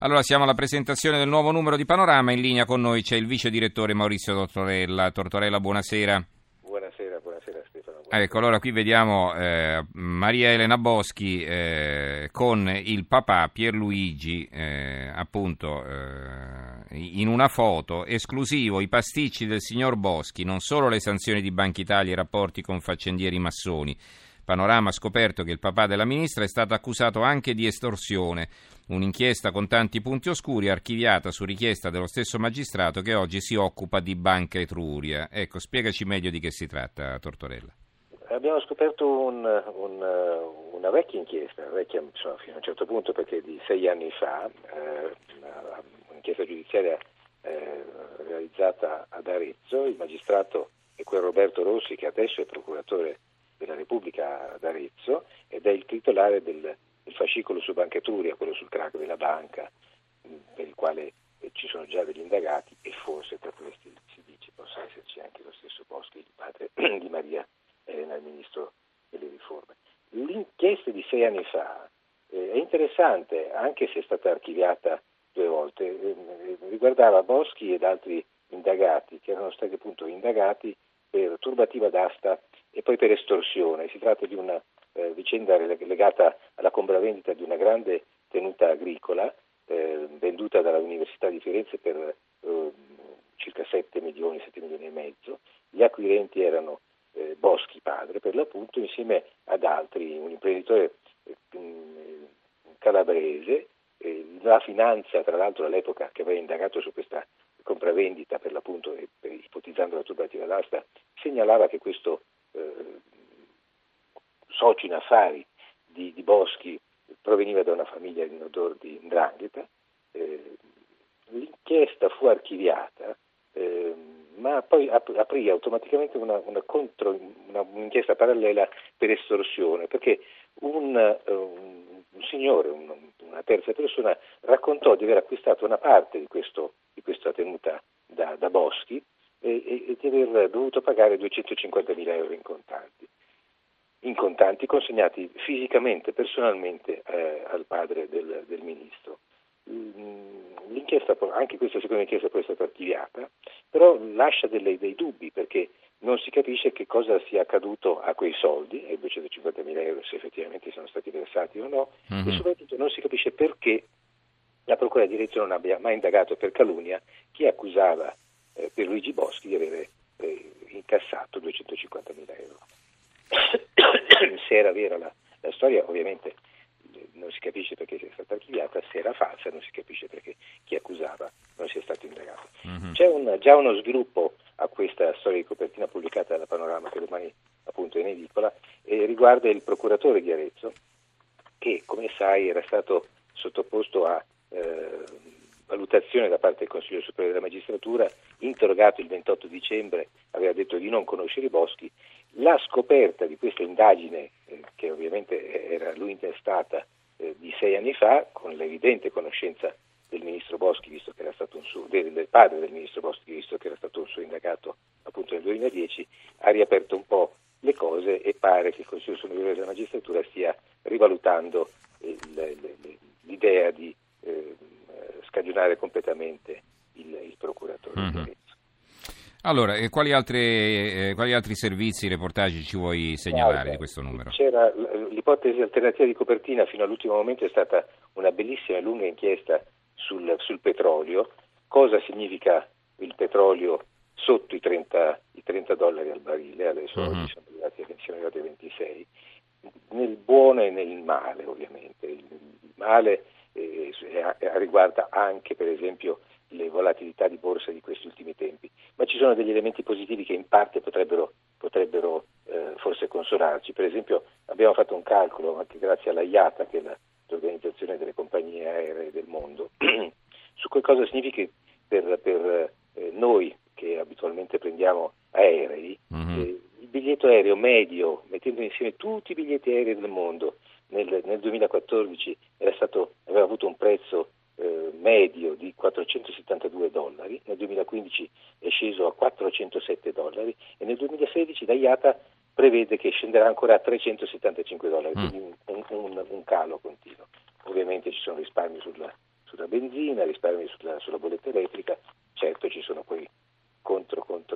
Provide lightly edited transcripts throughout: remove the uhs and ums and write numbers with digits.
Allora siamo alla presentazione del nuovo numero di Panorama, in linea con noi c'è il vice direttore Maurizio Tortorella. Tortorella, buonasera. Buonasera Stefano. Ecco, allora qui vediamo Maria Elena Boschi con il papà Pierluigi, in una foto, esclusivo i pasticci del signor Boschi, non solo le sanzioni di Banca Italia e i rapporti con faccendieri massoni. Panorama ha scoperto che il papà della ministra è stato accusato anche di estorsione. Un'inchiesta con tanti punti oscuri archiviata su richiesta dello stesso magistrato che oggi si occupa di Banca Etruria. Ecco, spiegaci meglio di che si tratta, Tortorella. Abbiamo scoperto una vecchia inchiesta, fino a un certo punto perché di 6 anni fa, un'inchiesta giudiziaria realizzata ad Arezzo. Il magistrato è quel Roberto Rossi che adesso è procuratore della Repubblica ad Arezzo ed è il titolare del fascicolo su Banca Etruria, quello sul crack della banca, per il quale ci sono già degli indagati e forse tra questi si dice possa esserci anche lo stesso Boschi, il padre di Maria Elena, il ministro delle riforme. L'inchiesta di 6 anni fa è interessante, anche se è stata archiviata 2 volte, riguardava Boschi ed altri indagati che erano stati appunto indagati per turbativa d'asta e poi per estorsione. Si tratta di una vicenda legata alla compravendita di una grande tenuta agricola venduta dalla Università di Firenze per circa 7 milioni e mezzo. Gli acquirenti erano Boschi padre, per l'appunto, insieme ad altri, un imprenditore calabrese. La finanza, tra l'altro, all'epoca che aveva indagato su questa compravendita, per l'appunto, ipotizzando la turbativa d'asta, segnalava che questo socio in affari di Boschi proveniva da una famiglia in odor di 'ndrangheta. L'inchiesta fu archiviata, ma poi aprì automaticamente un'inchiesta parallela per estorsione, perché un signore, una terza persona, raccontò di aver acquistato una parte di questa tenuta da Boschi e di aver dovuto pagare 250.000 euro in contanti consegnati fisicamente, personalmente al padre del ministro. L'inchiesta, anche questa seconda inchiesta poi è stata archiviata, però lascia dei dubbi, perché non si capisce che cosa sia accaduto a quei soldi, ai 250.000 euro, se effettivamente sono stati versati o no, e soprattutto non si capisce perché la Procura di Arezzo non abbia mai indagato per calunnia chi accusava Pierluigi Boschi di avere incassato 250.000 euro. Se era vera la storia, ovviamente non si capisce perché sia stata archiviata; se era falsa non si capisce perché chi accusava non sia stato indagato. C'è già uno sviluppo a questa storia di copertina pubblicata dalla Panorama, che domani appunto è in edicola, e riguarda il procuratore di Arezzo, che, come sai, era stato sottoposto a valutazione da parte del Consiglio Superiore della Magistratura, interrogato il 28 dicembre, aveva detto di non conoscere i Boschi. La scoperta di questa indagine, che ovviamente era lui intestata di 6 anni fa, con l'evidente conoscenza del ministro Boschi, visto che era stato del padre del ministro Boschi, visto che era stato un suo indagato appunto nel 2010, ha riaperto un po' le cose e pare che il Consiglio Superiore della Magistratura stia rivalutando l'idea di scagionare completamente il procuratore. Allora, quali altri servizi, reportaggi ci vuoi segnalare di questo numero? C'era l'ipotesi alternativa di copertina, fino all'ultimo momento è stata una bellissima e lunga inchiesta sul petrolio. Cosa significa il petrolio sotto i 30 dollari al barile? Adesso oggi siamo arrivati a 26, nel buono e nel male, ovviamente. Il male riguarda anche, per esempio, le volatilità di borsa di questi ultimi tempi, ma ci sono degli elementi positivi che in parte potrebbero forse consolarci. Per esempio, abbiamo fatto un calcolo, anche grazie alla IATA, che è l'organizzazione delle compagnie aeree del mondo, su cosa significa per noi che abitualmente prendiamo aerei. Il biglietto aereo medio, mettendo insieme tutti i biglietti aerei del mondo, nel 2014 aveva avuto un prezzo medio di 472 dollari, nel 2015 è sceso a 407 dollari e nel 2016 la IATA prevede che scenderà ancora a 375 dollari, quindi un calo continuo. Ovviamente ci sono risparmi sulla benzina, risparmi sulla bolletta elettrica. Certo ci sono poi contro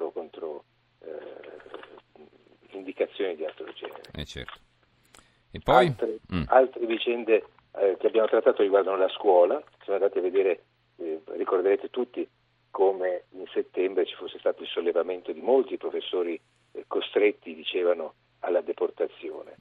indicazioni di altro genere. Certo. E poi? Altre vicende che abbiamo trattato riguardano la scuola. Siamo andati a vedere, ricorderete tutti come in settembre ci fosse stato il sollevamento di molti professori costretti, dicevano, alla deportazione.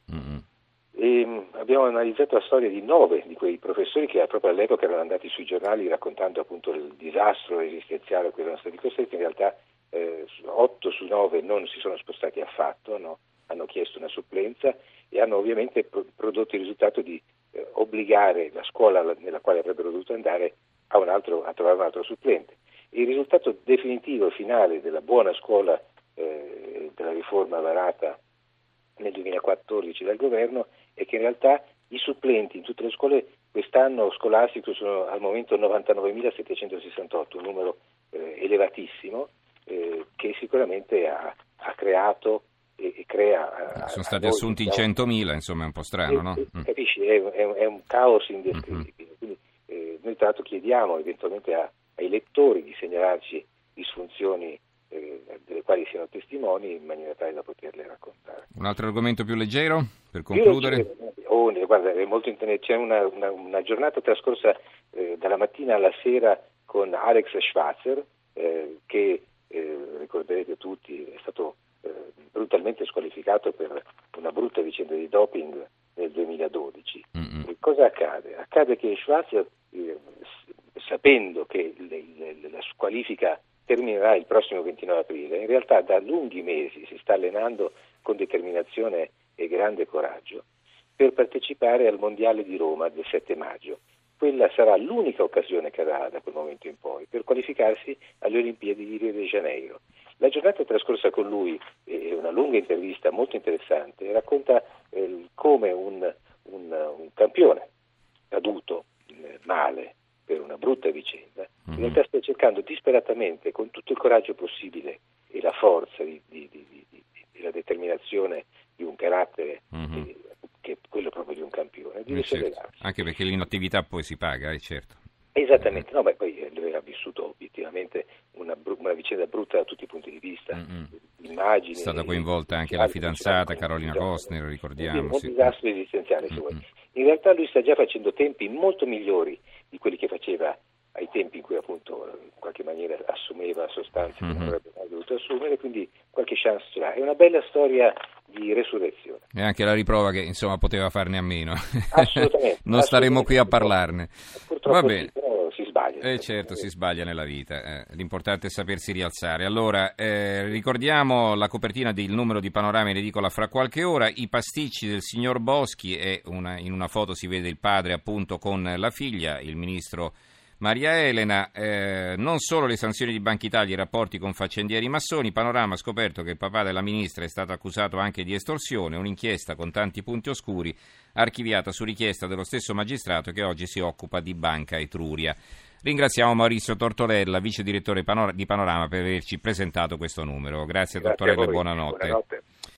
E abbiamo analizzato la storia di 9 di quei professori che proprio all'epoca erano andati sui giornali raccontando appunto il disastro esistenziale a cui erano stati costretti. In realtà 8 su 9 non si sono spostati affatto, hanno chiesto una supplenza e hanno ovviamente prodotto il risultato di obbligare la scuola nella quale avrebbero dovuto andare a trovare un altro supplente. Il risultato definitivo e finale della buona scuola della riforma varata nel 2014 dal governo è che in realtà i supplenti in tutte le scuole quest'anno scolastico sono al momento 99.768, un numero elevatissimo che sicuramente ha creato e crea. Sono stati assunti in 100.000, insomma è un po' strano, no? Capisci, è un caos indescrivibile. Quindi noi tra l'altro chiediamo eventualmente ai lettori di segnalarci disfunzioni delle quali siano testimoni in maniera tale da poterle raccontare. Un altro argomento più leggero per concludere? Guarda, è molto c'è una giornata trascorsa dalla mattina alla sera con Alex Schwarzer che ricorderete tutti è stato brutalmente squalificato per una brutta vicenda di doping nel 2012. Cosa accade? Accade che Schwarzer, sapendo che la squalifica terminerà il prossimo 29 aprile, in realtà da lunghi mesi si sta allenando con determinazione e grande coraggio per partecipare al Mondiale di Roma del 7 maggio. Quella sarà l'unica occasione che avrà da quel momento in poi per qualificarsi alle Olimpiadi di Rio de Janeiro. La giornata trascorsa con lui è una lunga intervista molto interessante, racconta come un campione caduto male per una brutta vicenda, in realtà sta cercando disperatamente, con tutto il coraggio possibile e la forza la determinazione di un carattere che è quello proprio di un campione, di risollevarsi. Anche perché l'inattività poi si paga, certo. Esattamente, no, ma poi lui ha vissuto obiettivamente una vicenda brutta da tutti i punti di vista. Immagini, è stata coinvolta anche la fidanzata Carolina Costner, ricordiamo. Un disastro esistenziale, se vuoi. In realtà lui sta già facendo tempi molto migliori di quelli che faceva ai tempi in cui appunto in qualche maniera assumeva sostanze che non avrebbe mai dovuto assumere, quindi qualche chance ce l'ha. È una bella storia di resurrezione. E anche la riprova che insomma poteva farne a meno. Assolutamente. Non staremo qui a parlarne. Purtroppo Va bene. Sì, però si sbaglia. Certo, si sbaglia nella vita. L'importante è sapersi rialzare. Allora, ricordiamo la copertina del numero di Panorama in edicola fra qualche ora. I pasticci del signor Boschi in una foto si vede il padre appunto con la figlia, il ministro Maria Elena. Non solo le sanzioni di Banca Italia e i rapporti con faccendieri massoni. Panorama ha scoperto che il papà della ministra è stato accusato anche di estorsione, un'inchiesta con tanti punti oscuri archiviata su richiesta dello stesso magistrato che oggi si occupa di Banca Etruria. Ringraziamo Maurizio Tortorella, vice direttore di Panorama, per averci presentato questo numero. Grazie Tortorella e buonanotte.